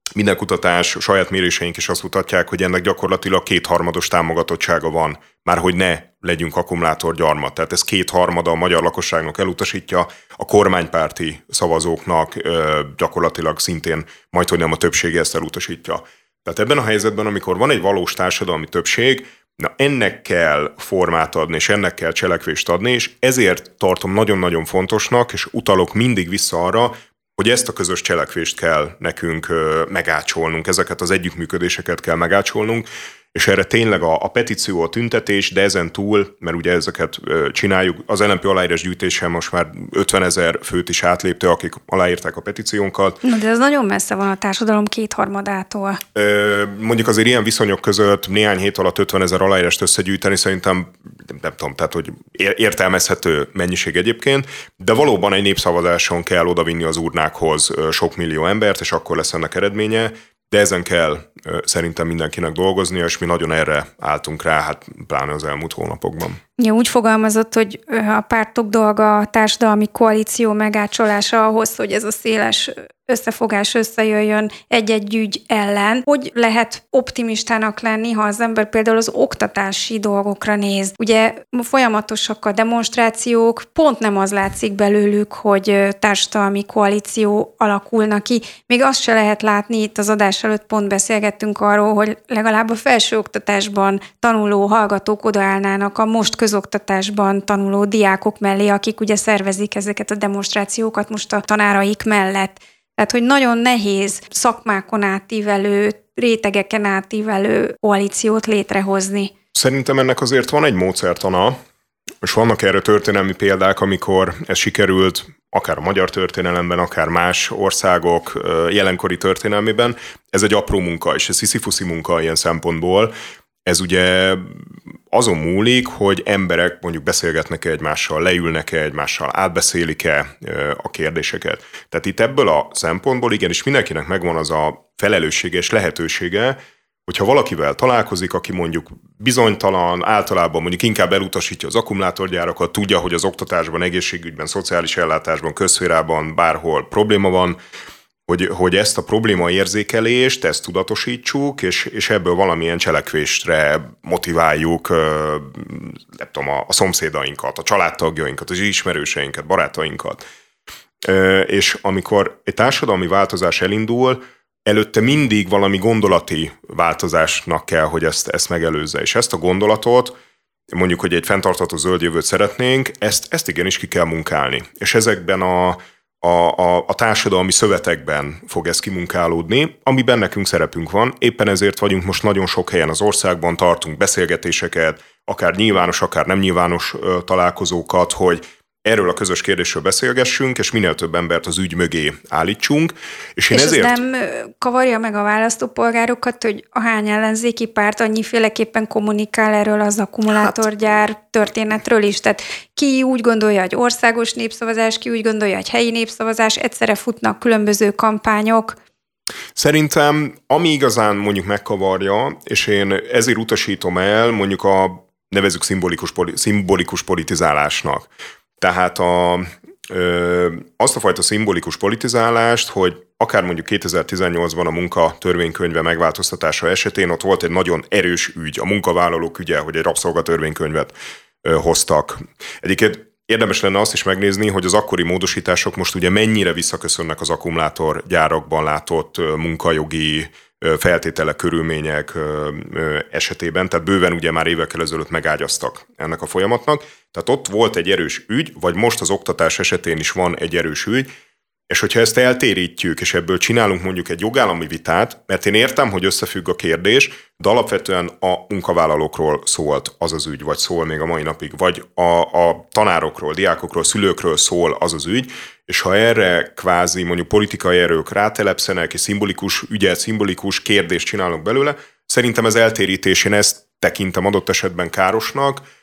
S2: minden kutatás, a saját méréseink is azt mutatják, hogy ennek gyakorlatilag kétharmados támogatottsága van, már hogy ne legyünk akkumulátorgyarmat. Tehát ez kétharmada a magyar lakosságnak elutasítja, a kormánypárti szavazóknak gyakorlatilag szintén majdhogy nem a többsége ezt elutasítja. Tehát ebben a helyzetben, amikor van egy valós társadalmi többség, na ennek kell formát adni, és ennek kell cselekvést adni, és ezért tartom nagyon-nagyon fontosnak, és utalok mindig vissza arra, hogy ezt a közös cselekvést kell nekünk megácsolnunk, ezeket az együttműködéseket kell megácsolnunk, és erre tényleg a, a petíció, a tüntetés, de ezen túl, mert ugye ezeket csináljuk, az el em pé aláírás gyűjtésen most már ötvenezer főt is átlépte, akik aláírták a petíciónkat.
S1: Na, de ez nagyon messze van a társadalom kétharmadától.
S2: Mondjuk azért ilyen viszonyok között néhány hét alatt ötvenezer aláírást összegyűjteni szerintem, nem tudom, tehát hogy értelmezhető mennyiség egyébként, de valóban egy népszavazáson kell odavinni az urnákhoz sok millió embert, és akkor lesz ennek eredménye. De ezen kell szerintem mindenkinek dolgoznia, és mi nagyon erre álltunk rá, hát pláne az elmúlt hónapokban.
S1: Ja, úgy fogalmazott, hogy a pártok dolga a társadalmi koalíció megácsolása ahhoz, hogy ez a széles összefogás összejöjjön egy-egy ügy ellen. Hogy lehet optimistának lenni, ha az ember például az oktatási dolgokra néz? Ugye folyamatosak a demonstrációk, pont nem az látszik belőlük, hogy társadalmi koalíció alakulna ki. Még azt se lehet látni, itt az adás előtt pont beszélgettünk arról, hogy legalább a felsőoktatásban tanuló hallgatók odaállnának a most közoktatásban tanuló diákok mellé, akik ugye szervezik ezeket a demonstrációkat most a tanáraik mellett. Tehát, hogy nagyon nehéz szakmákon átívelő, rétegeken átívelő koalíciót létrehozni.
S2: Szerintem ennek azért van egy módszertana, és vannak erre történelmi példák, amikor ez sikerült, akár a magyar történelemben, akár más országok jelenkori történelmében. Ez egy apró munka, és ez sziszifuszi munka ilyen szempontból. Ez ugye azon múlik, hogy emberek mondjuk beszélgetnek-e egymással, leülnek-e egymással, átbeszélik-e a kérdéseket. Tehát itt ebből a szempontból igenis mindenkinek megvan az a felelőssége és lehetősége, hogyha valakivel találkozik, aki mondjuk bizonytalan, általában mondjuk inkább elutasítja az akkumulátorgyárakat, tudja, hogy az oktatásban, egészségügyben, szociális ellátásban, közszférában bárhol probléma van, Hogy, hogy ezt a probléma érzékelést, ezt tudatosítsuk, és, és ebből valamilyen cselekvésre motiváljuk nem tudom, a, a szomszédainkat, a családtagjainkat, az ismerőseinket, barátainkat. És amikor egy társadalmi változás elindul, előtte mindig valami gondolati változásnak kell, hogy ezt, ezt megelőzze. És ezt a gondolatot, mondjuk, hogy egy fenntartható zöld jövőt szeretnénk, ezt, ezt igenis ki kell munkálni. És ezekben a A, a, a társadalmi szövetekben fog ez kimunkálódni, amiben nekünk szerepünk van. Éppen ezért vagyunk most nagyon sok helyen az országban, tartunk beszélgetéseket, akár nyilvános, akár nem nyilvános ö, találkozókat, hogy erről a közös kérdésről beszélgessünk, és minél több embert az ügy mögé állítsunk. És, én
S1: és
S2: ezért...
S1: ez nem kavarja meg a választópolgárokat, hogy a hány ellenzéki párt annyiféleképpen kommunikál erről az akkumulátorgyár hát... történetről is. Tehát ki úgy gondolja, hogy országos népszavazás, ki úgy gondolja, hogy helyi népszavazás, egyszerre futnak különböző kampányok.
S2: Szerintem, ami igazán mondjuk megkavarja, és én ezért utasítom el, mondjuk a nevezzük szimbolikus, szimbolikus politizálásnak. Tehát a, ö, azt a fajta szimbolikus politizálást, hogy akár mondjuk kétezer-tizennyolcban a munkatörvénykönyve megváltoztatása esetén ott volt egy nagyon erős ügy, a munkavállalók ügye, hogy egy rabszolgatörvénykönyvet ö, hoztak. Egyébként érdemes lenne azt is megnézni, hogy az akkori módosítások most ugye mennyire visszaköszönnek az akkumulátorgyárakban látott ö, munkajogi feltételek, körülmények esetében, tehát bőven ugye már évekkel ezelőtt megágyaztak ennek a folyamatnak. Tehát ott volt egy erős ügy, vagy most az oktatás esetén is van egy erős ügy, és hogyha ezt eltérítjük, és ebből csinálunk mondjuk egy jogállami vitát, mert én értem, hogy összefügg a kérdés, de alapvetően a munkavállalókról szólt az az ügy, vagy szól még a mai napig, vagy a, a tanárokról, diákokról, szülőkről szól az az ügy, és ha erre kvázi mondjuk politikai erők rátelepszenek, és szimbolikus ügyet, szimbolikus kérdést csinálnak belőle, szerintem ez eltérítés, én ezt tekintem adott esetben károsnak,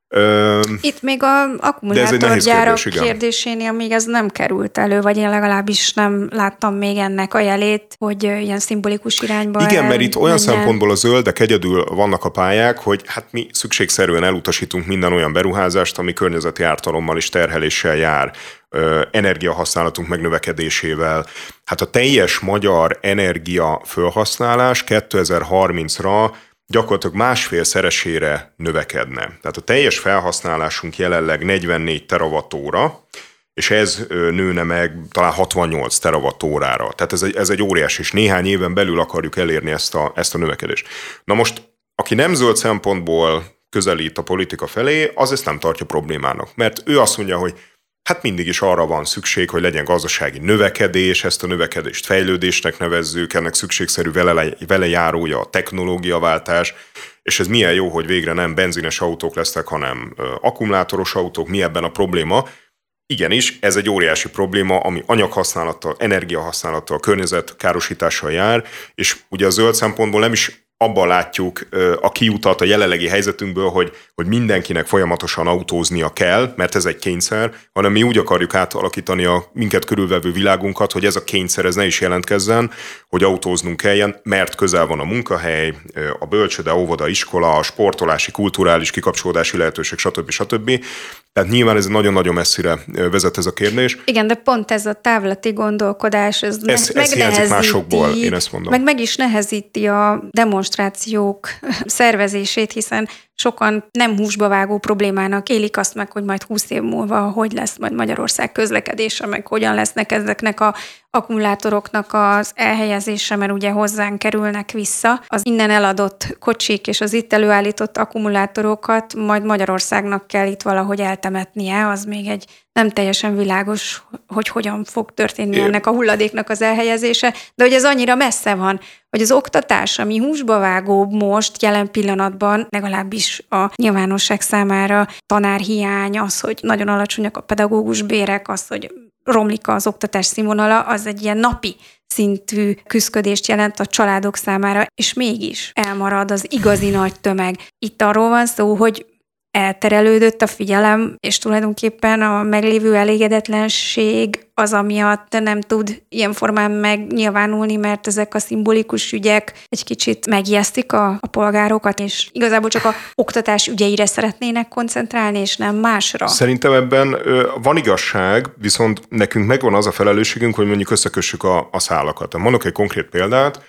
S1: Ö, Itt még az akkumulátorgyárak kérdés, kérdésénél még ez nem került elő, vagy én legalábbis nem láttam még ennek a jelét, hogy ilyen szimbolikus irányba.
S2: Igen, mert itt olyan menjen. Szempontból a zöldek egyedül vannak a pályák, hogy hát mi szükségszerűen elutasítunk minden olyan beruházást, ami környezeti ártalommal és terheléssel jár, ö, energiahasználatunk megnövekedésével. Hát a teljes magyar energia felhasználás kétezer-harmincra gyakorlatilag másfél szeresére növekedne. Tehát a teljes felhasználásunk jelenleg negyvennégy terawattóra, és ez nőne meg talán hatvannyolc terawattórára. Tehát ez egy, ez egy óriás, és néhány éven belül akarjuk elérni ezt a, ezt a növekedést. Na most, aki nem zöld szempontból közelít a politika felé, az ezt nem tartja problémának. Mert ő azt mondja, hogy hát mindig is arra van szükség, hogy legyen gazdasági növekedés, ezt a növekedést fejlődésnek nevezzük, ennek szükségszerű vele, vele járója a technológiaváltás, és ez milyen jó, hogy végre nem benzines autók lesznek, hanem akkumulátoros autók, mi ebben a probléma. Igenis, ez egy óriási probléma, ami anyaghasználattal, energiahasználattal, környezetkárosítással jár, és ugye a zöld szempontból nem is abban látjuk a kiutat a jelenlegi helyzetünkből, hogy, hogy mindenkinek folyamatosan autóznia kell, mert ez egy kényszer, hanem mi úgy akarjuk átalakítani a minket körülvevő világunkat, hogy ez a kényszer ez ne is jelentkezzen, hogy autóznunk kelljen, mert közel van a munkahely, a bölcsőde, óvoda, iskola, a sportolási, kulturális kikapcsolódási lehetőség, stb. stb. Tehát nyilván ez nagyon-nagyon messzire vezet ez a kérdés.
S1: Igen, de pont ez a távlati gondolkodás, ez,
S2: ez megnehezíti, másokból, én ezt mondom.
S1: Meg meg is nehezíti a demonstrációk szervezését, hiszen sokan nem húsba vágó problémának élik azt meg, hogy majd húsz év múlva hogy lesz majd Magyarország közlekedése, meg hogyan lesznek ezeknek a akkumulátoroknak az elhelyezése, mert ugye hozzánk kerülnek vissza. Az innen eladott kocsik és az itt előállított akkumulátorokat majd Magyarországnak kell itt valahogy eltemetnie, az még egy nem teljesen világos, hogy hogyan fog történni ennek a hulladéknak az elhelyezése, de hogy ez annyira messze van, hogy az oktatás, ami húsba vágó most jelen pillanatban, legalábbis a nyilvánosság számára tanárhiány, az, hogy nagyon alacsonyak a pedagógus bérek, az, hogy romlik az oktatás színvonala, az egy ilyen napi szintű küszködést jelent a családok számára, és mégis elmarad az igazi nagy tömeg. Itt arról van szó, hogy elterelődött a figyelem, és tulajdonképpen a meglévő elégedetlenség az, amiatt nem tud ilyen formán megnyilvánulni, mert ezek a szimbolikus ügyek egy kicsit megijesztik a, a polgárokat, és igazából csak a oktatás ügyeire szeretnének koncentrálni, és nem másra.
S2: Szerintem ebben ö, van igazság, viszont nekünk megvan az a felelősségünk, hogy mondjuk összekössük a, a szálakat. Mondok egy konkrét példát.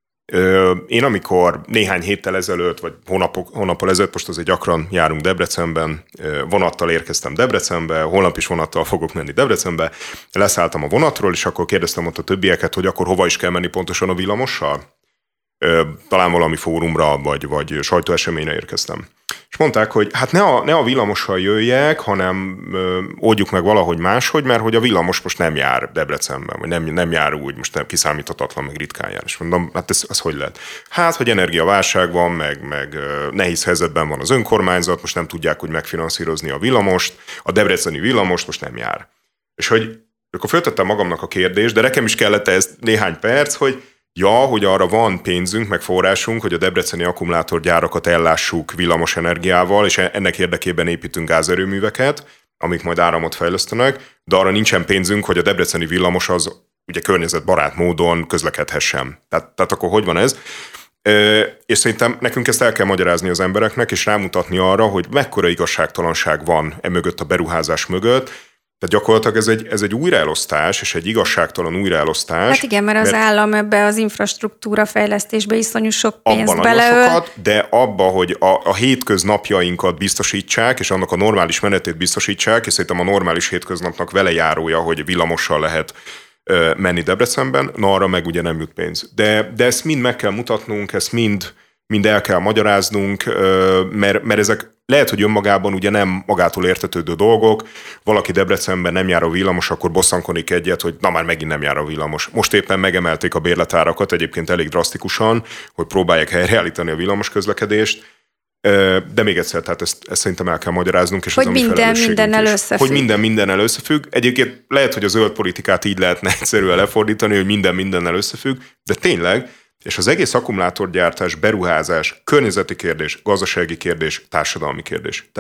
S2: Én amikor néhány héttel ezelőtt, vagy hónapok, hónappal ezelőtt, most azért gyakran járunk Debrecenben, vonattal érkeztem Debrecenbe, holnap is vonattal fogok menni Debrecenbe, leszálltam a vonatról, és akkor kérdeztem ott a többieket, hogy akkor hova is kell menni pontosan a villamossal? Talán valami fórumra, vagy, vagy sajtóeseményre érkeztem. És mondták, hogy hát ne a, ne a villamossal jöjjek, hanem ö, oldjuk meg valahogy máshogy, mert hogy a villamos most nem jár Debrecenben, vagy nem, nem jár úgy, most nem kiszámíthatatlan, meg ritkán jár. És mondom, hát ez, ez hogy lehet? Hát, hogy energiaválság van, meg, meg ö, nehéz helyzetben van az önkormányzat, most nem tudják úgy megfinanszírozni a villamost, a debreceni villamost most nem jár. És hogy akkor föltettem magamnak a kérdést, de nekem is kellett ez néhány perc, hogy ja, hogy arra van pénzünk, meg forrásunk, hogy a debreceni akkumulátorgyárakat ellássuk villamos energiával, és ennek érdekében építünk gázerőműveket, amik majd áramot fejlesztenek, de arra nincsen pénzünk, hogy a debreceni villamos az ugye környezetbarát módon közlekedhessen. Tehát, tehát akkor hogy van ez? E, és szerintem nekünk ezt el kell magyarázni az embereknek, és rámutatni arra, hogy mekkora igazságtalanság van e mögött, a beruházás mögött. Tehát gyakorlatilag ez egy, ez egy újraelosztás, és egy igazságtalan újraelosztás.
S1: Hát igen, mert, mert az állam ebbe az infrastruktúra fejlesztésbe iszonyú sok pénzt beleöl.
S2: Sokat, de abba, hogy a, a hétköznapjainkat biztosítsák, és annak a normális menetét biztosítsák, és szerintem a normális hétköznapnak vele járója, hogy villamossal lehet ö, menni Debrecenben, na arra meg ugye nem jut pénz. De, de ezt mind meg kell mutatnunk, ezt mind, mind el kell magyaráznunk, ö, mert, mert ezek lehet, hogy önmagában ugye nem magától értetődő dolgok. Valaki Debrecenben nem jár a villamos, akkor bosszankodik egyet, hogy na már megint nem jár a villamos. Most éppen megemelték a bérletárakat, egyébként elég drasztikusan, hogy próbálják helyreállítani a villamos közlekedést. De még egyszer, tehát ezt, ezt szerintem el kell magyaráznunk, és
S1: hogy
S2: ez
S1: minden mindennel összefügg.
S2: Hogy minden mindennel összefügg. Egyébként lehet, hogy a zöld politikát így lehetne egyszerűen lefordítani, hogy minden mindennel összefügg, de tényleg. És az egész akkumulátorgyártás, beruházás, környezeti kérdés, gazdasági kérdés, társadalmi kérdés. Tehát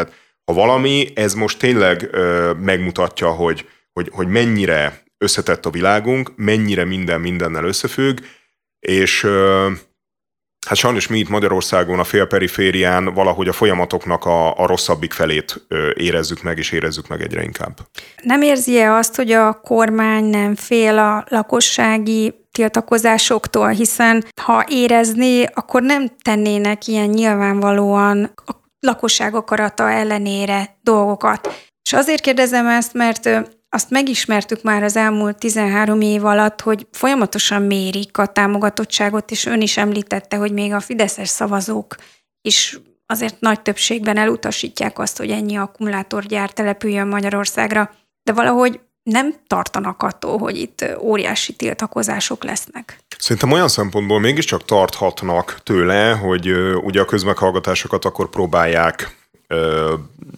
S2: Ha valami, ez most tényleg ö, megmutatja, hogy, hogy, hogy mennyire összetett a világunk, mennyire minden mindennel összefügg, és ö, hát sajnos mi itt Magyarországon, a félperiférián valahogy a folyamatoknak a, a rosszabbik felét ö, érezzük meg, és érezzük meg egyre inkább.
S1: Nem érzi-e azt, hogy a kormány nem fél a lakossági tiltakozásoktól, hiszen ha érezné, akkor nem tennének ilyen nyilvánvalóan a lakosság akarata ellenére dolgokat. És azért kérdezem ezt, mert azt megismertük már az elmúlt tizenhárom év alatt, hogy folyamatosan mérik a támogatottságot, és ön is említette, hogy még a fideszes szavazók is azért nagy többségben elutasítják azt, hogy ennyi akkumulátorgyár települjön Magyarországra, de valahogy nem tartanak attól, hogy itt óriási tiltakozások lesznek.
S2: Szerintem olyan szempontból mégiscsak tarthatnak tőle, hogy ö, ugye a közmeghallgatásokat akkor próbálják ö,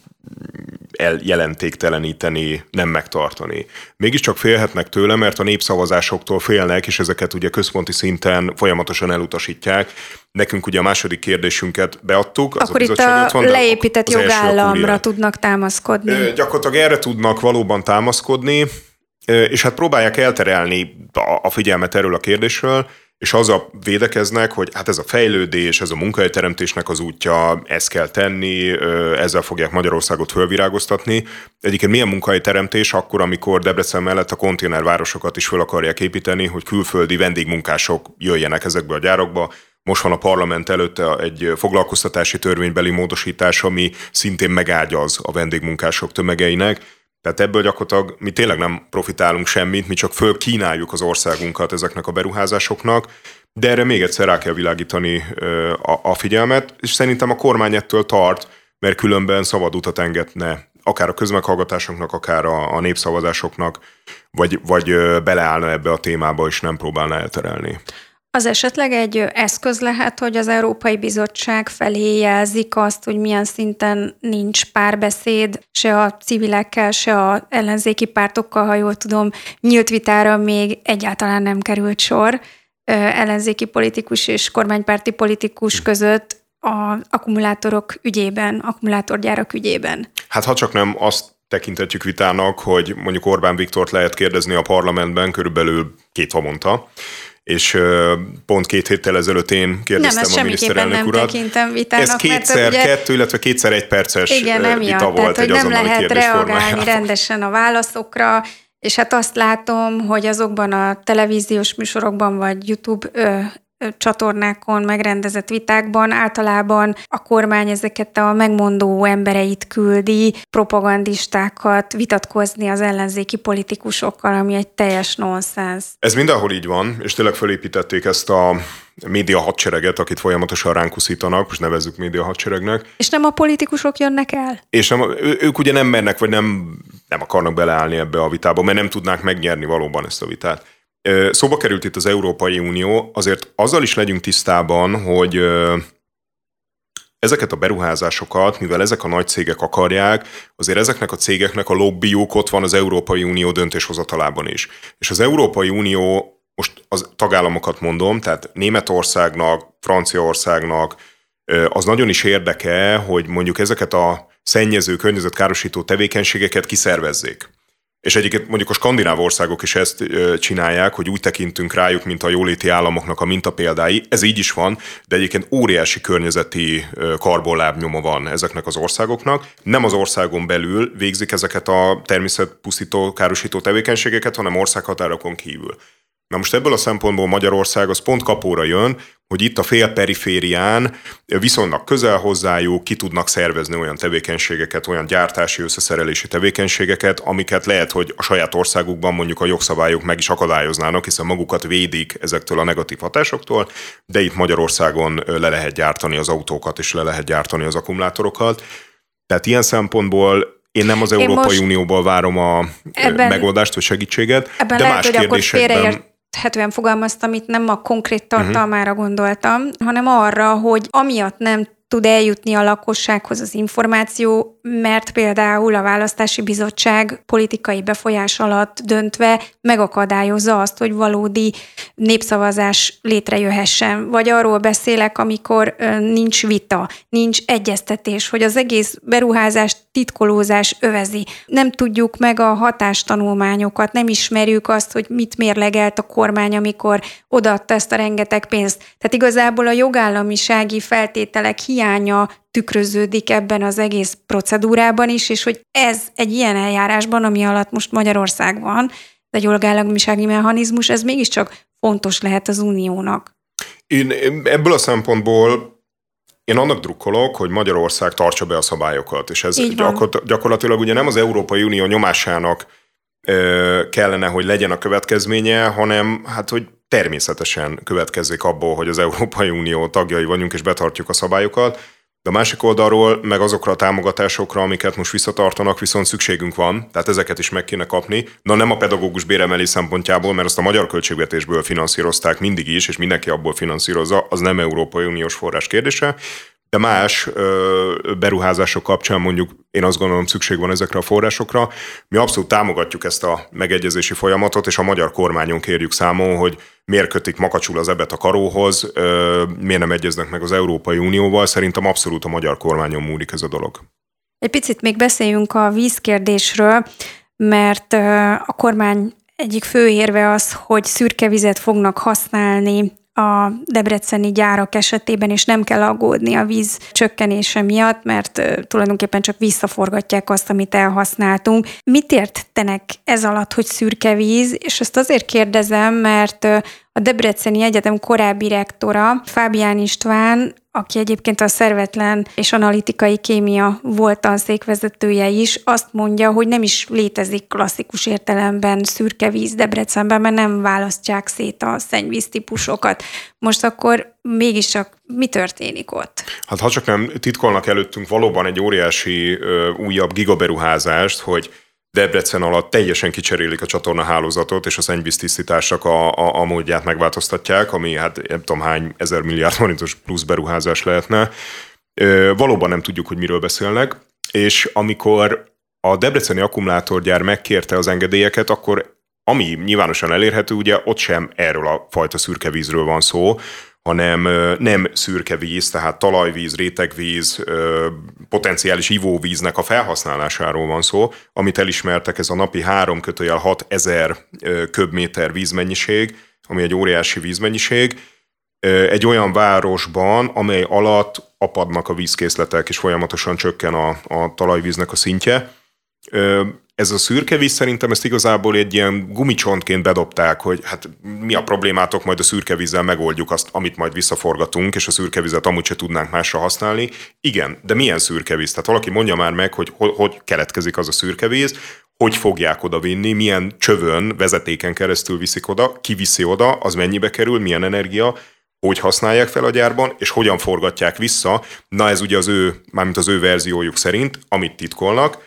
S2: eljelentékteleníteni, nem megtartani. Mégiscsak félhetnek tőle, mert a népszavazásoktól félnek, és ezeket ugye központi szinten folyamatosan elutasítják. Nekünk ugye a második kérdésünket beadtuk. Az
S1: akkor a itt a van, leépített jogállamra tudnak támaszkodni.
S2: Ö, gyakorlatilag erre tudnak valóban támaszkodni, ö, és hát próbálják elterelni a, a figyelmet erről a kérdésről, és azzal védekeznek, hogy hát ez a fejlődés, ez a munkahelyteremtésnek az útja, ezt kell tenni, ezzel fogják Magyarországot fölvirágoztatni. Egyébként milyen munkahelyteremtés akkor, amikor Debrecen mellett a konténervárosokat is föl akarják építeni, hogy külföldi vendégmunkások jöjjenek ezekbe a gyárakba. Most van a parlament előtt egy foglalkoztatási törvénybeli módosítás, ami szintén megágyaz a vendégmunkások tömegeinek. Tehát ebből gyakorlatilag mi tényleg nem profitálunk semmit, mi csak fölkínáljuk az országunkat ezeknek a beruházásoknak, de erre még egyszer rá kell világítani a, a figyelmet, és szerintem a kormány ettől tart, mert különben szabad utat engedne akár a közmeghallgatásoknak, akár a, a népszavazásoknak, vagy, vagy beleállna ebbe a témába, és nem próbálna elterelni.
S1: Az esetleg egy eszköz lehet, hogy az Európai Bizottság felé jelzik azt, hogy milyen szinten nincs párbeszéd, se a civilekkel, se az ellenzéki pártokkal, ha jól tudom, nyílt vitára még egyáltalán nem került sor ellenzéki politikus és kormánypárti politikus között az akkumulátorok ügyében, akkumulátorgyárak ügyében.
S2: Hát ha csak nem azt tekintetjük vitának, hogy mondjuk Orbán Viktort lehet kérdezni a parlamentben körülbelül két havonta, és pont két héttel ezelőtt én kérdeztem nem, a miniszterelnök urat.
S1: Nem, tekintem vitának.
S2: Ez kétszer ugye, kettő, illetve kétszer egy perces
S1: igen,
S2: vita volt
S1: tehát,
S2: egy azonnali kérdés formájában.
S1: Nem lehet reagálni rendesen a válaszokra, és hát azt látom, hogy azokban a televíziós műsorokban, vagy YouTube ö, ö, csatornákon megrendezett vitákban általában a kormány ezeket a megmondó embereit küldi, propagandistákat vitatkozni az ellenzéki politikusokkal, ami egy teljes nonsens.
S2: Ez mindenhol így van, és tényleg felépítették ezt a média hadsereget, akit folyamatosan ránk uszítanak, most nevezzük média hadseregnek.
S1: És nem a politikusok jönnek el?
S2: És nem, ő, ők ugye nem mernek, vagy nem, nem akarnak beleállni ebbe a vitába, mert nem tudnák megnyerni valóban ezt a vitát. Szóba került itt az Európai Unió, azért azzal is legyünk tisztában, hogy ezeket a beruházásokat, mivel ezek a nagy cégek akarják, azért ezeknek a cégeknek a lobbyjuk ott van az Európai Unió döntéshozatalában is. És az Európai Unió, most az tagállamokat mondom, tehát Németországnak, Franciaországnak az nagyon is érdeke, hogy mondjuk ezeket a szennyező, környezetkárosító tevékenységeket kiszervezzék. És egyébként mondjuk a skandináv országok is ezt csinálják, hogy úgy tekintünk rájuk, mint a jóléti államoknak a mintapéldái. Ez így is van, de egyébként óriási környezeti karbonlábnyoma van ezeknek az országoknak. Nem az országon belül végzik ezeket a természetpusztító, károsító tevékenységeket, hanem országhatárokon kívül. Na most ebből a szempontból Magyarország az pont kapóra jön, hogy itt a félperiférián viszonylag közel hozzájuk ki tudnak szervezni olyan tevékenységeket, olyan gyártási, összeszerelési tevékenységeket, amiket lehet, hogy a saját országukban mondjuk a jogszabályok meg is akadályoznának, hiszen magukat védik ezektől a negatív hatásoktól, de itt Magyarországon le lehet gyártani az autókat, és le lehet gyártani az akkumulátorokat. Tehát ilyen szempontból én nem az Európai Unióból várom a ebben, megoldást vagy segítséget, de
S1: lehet,
S2: más kérdésekben...
S1: Hetően fogalmaztam, itt nem a konkrét tartalmára uh-huh. gondoltam, hanem arra, hogy amiatt nem tud eljutni a lakossághoz az információ, mert például a Választási Bizottság politikai befolyás alatt döntve megakadályozza azt, hogy valódi népszavazás létrejöhessen. Vagy arról beszélek, amikor nincs vita, nincs egyeztetés, hogy az egész beruházás titkolózás övezi. Nem tudjuk meg a hatástanulmányokat, nem ismerjük azt, hogy mit mérlegelt a kormány, amikor odaadta ezt a rengeteg pénzt. Tehát igazából a jogállamisági feltételek hiánya tükröződik ebben az egész procedúrában is, és hogy ez egy ilyen eljárásban, ami alatt most Magyarország van, egy jogállamisági mechanizmus, ez mégiscsak fontos lehet az uniónak.
S2: Én ebből a szempontból én annak drukkolok, hogy Magyarország tartsa be a szabályokat, és ez gyakor- gyakorlatilag ugye nem az Európai Unió nyomásának ö, kellene, hogy legyen a következménye, hanem hát, hogy természetesen következzék abból, hogy az Európai Unió tagjai vagyunk, és betartjuk a szabályokat, de a másik oldalról meg azokra a támogatásokra, amiket most visszatartanak, viszont szükségünk van, tehát ezeket is meg kéne kapni. Na nem a pedagógus béremelés szempontjából, mert azt a magyar költségvetésből finanszírozták mindig is, és mindenki abból finanszírozza, az nem Európai Uniós forrás kérdése, de más ö, beruházások kapcsán mondjuk én azt gondolom szükség van ezekre a forrásokra. Mi abszolút támogatjuk ezt a megegyezési folyamatot, és a magyar kormányon kérjük számon, hogy miért kötik makacsul az ebet a karóhoz, ö, miért nem egyeznek meg az Európai Unióval. Szerintem abszolút a magyar kormányon múlik ez a dolog.
S1: Egy picit még beszéljünk a vízkérdésről, mert a kormány egyik fő érve az, hogy szürke vizet fognak használni a debreceni gyárak esetében, és nem kell aggódni a víz csökkenése miatt, mert tulajdonképpen csak visszaforgatják azt, amit elhasználtunk. Mit értenek ez alatt, hogy szürke víz? És ezt azért kérdezem, mert a Debreceni Egyetem korábbi rektora, Fábián István, aki egyébként a szervetlen és analitikai kémia volt tanszékvezetője is, azt mondja, hogy nem is létezik klasszikus értelemben szürke víz Debrecenben, mert nem választják szét a szennyvíz típusokat. Most akkor mégiscsak mi történik ott?
S2: Hát ha csak nem titkolnak előttünk valóban egy óriási ö, újabb gigaberuházást, hogy Debrecen alatt teljesen kicserélik a csatornahálózatot, és a szennyvíztisztításnak a, a, a módját megváltoztatják, ami hát nem tudom hány ezer milliárd forintos plusz beruházás lehetne. Ö, valóban nem tudjuk, hogy miről beszélnek, és amikor a debreceni akkumulátorgyár megkérte az engedélyeket, akkor ami nyilvánosan elérhető, ugye ott sem erről a fajta szürke vízről van szó, hanem nem szürke víz, tehát talajvíz, rétegvíz, potenciális ivóvíznek a felhasználásáról van szó, amit elismertek, ez a napi három kötőjel hat ezer köbméter vízmennyiség, ami egy óriási vízmennyiség, egy olyan városban, amely alatt apadnak a vízkészletek, és folyamatosan csökken a, a talajvíznek a szintje. Ez a szürke víz szerintem ezt igazából egy ilyen gumicsontként bedobták, hogy hát mi a problémátok, majd a szürke vízzel megoldjuk azt, amit majd visszaforgatunk, és a szürke vizet amúgy se tudnánk másra használni. Igen, de milyen szürke víz? Tehát valaki mondja már meg, hogy hogy keletkezik az a szürke víz, hogy fogják oda vinni, milyen csövön, vezetéken keresztül viszik oda, ki viszi oda, az mennyibe kerül, milyen energia, hogy használják fel a gyárban, és hogyan forgatják vissza. Na ez ugye az ő, mármint az ő verziójuk szerint, amit titkolnak,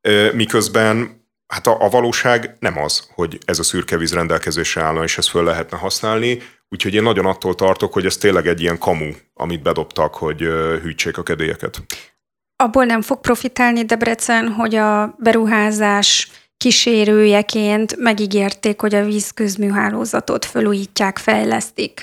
S2: miközben hát a, a valóság nem az, hogy ez a szürke víz rendelkezésre állna, és ezt föl lehetne használni, úgyhogy én nagyon attól tartok, hogy ez tényleg egy ilyen kamu, amit bedobtak, hogy hűtsék a kedélyeket.
S1: Abból nem fog profitálni Debrecen, hogy a beruházás kísérőjeként megígérték, hogy a vízközműhálózatot felújítják, fejlesztik.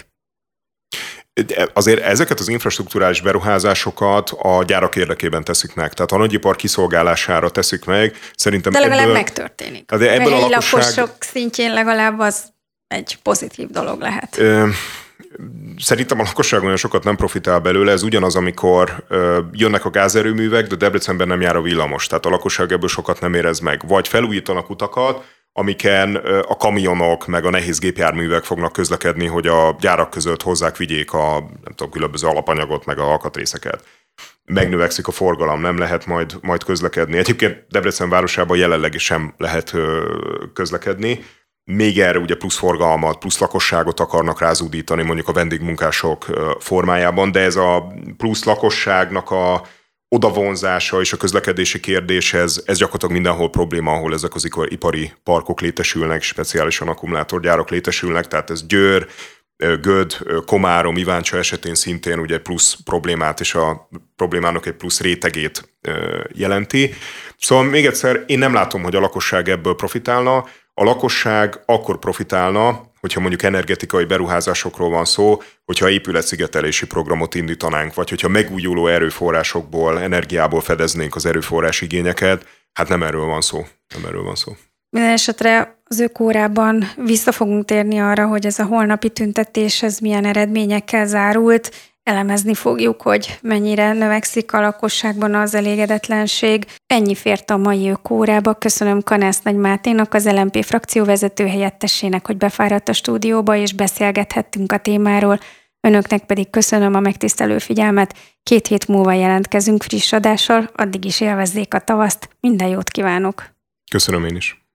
S2: Azért ezeket az infrastrukturális beruházásokat a gyárak érdekében teszik meg. Tehát a nagyipar kiszolgálására teszik meg. Szerintem
S1: de legalább
S2: ebből,
S1: megtörténik.
S2: De ebből a, a lakosság...
S1: lakosok szintjén legalább az egy pozitív dolog lehet.
S2: Ö, szerintem a lakosság olyan sokat nem profitál belőle. Ez ugyanaz, amikor ö, jönnek a gázerőművek, de Debrecenben nem jár a villamos. Tehát a lakosság ebből sokat nem érez meg. Vagy felújítanak utakat, amiken a kamionok, meg a nehéz gépjárművek fognak közlekedni, hogy a gyárak között hozzák, vigyék a nem tudom, különböző alapanyagot, meg a alkatrészeket. Megnövekszik a forgalom, nem lehet majd, majd közlekedni. Egyébként Debrecen városában jelenleg sem lehet közlekedni. Még erre ugye plusz forgalmat, plusz lakosságot akarnak rázúdítani, mondjuk a vendégmunkások formájában, de ez a plusz lakosságnak a odavonzása és a közlekedési kérdés, ez, ez gyakorlatilag mindenhol probléma, ahol ezek az ipari parkok létesülnek, speciálisan akkumulátorgyárak létesülnek, tehát ez Győr, Göd, Komárom, Iváncsa esetén szintén ugye plusz problémát és a problémának egy plusz rétegét jelenti. Szóval még egyszer, én nem látom, hogy a lakosság ebből profitálna. A lakosság akkor profitálna, hogyha mondjuk energetikai beruházásokról van szó, hogyha épületszigetelési programot indítanánk, vagy hogyha megújuló erőforrásokból, energiából fedeznénk az erőforrás igényeket, hát nem erről van szó. Nem erről van szó.
S1: Minden esetre az ökórában vissza fogunk térni arra, hogy ez a holnapi tüntetés ez milyen eredményekkel zárult. Elemezni fogjuk, hogy mennyire növekszik a lakosságban az elégedetlenség. Ennyi fért a mai ökórába. Köszönöm Kanász Nagy Máténak, az el em pé frakcióvezető helyettesének, hogy befáradt a stúdióba, és beszélgethettünk a témáról. Önöknek pedig köszönöm a megtisztelő figyelmet. Két hét múlva jelentkezünk friss adással, addig is élvezzék a tavaszt. Minden jót kívánok!
S2: Köszönöm én is!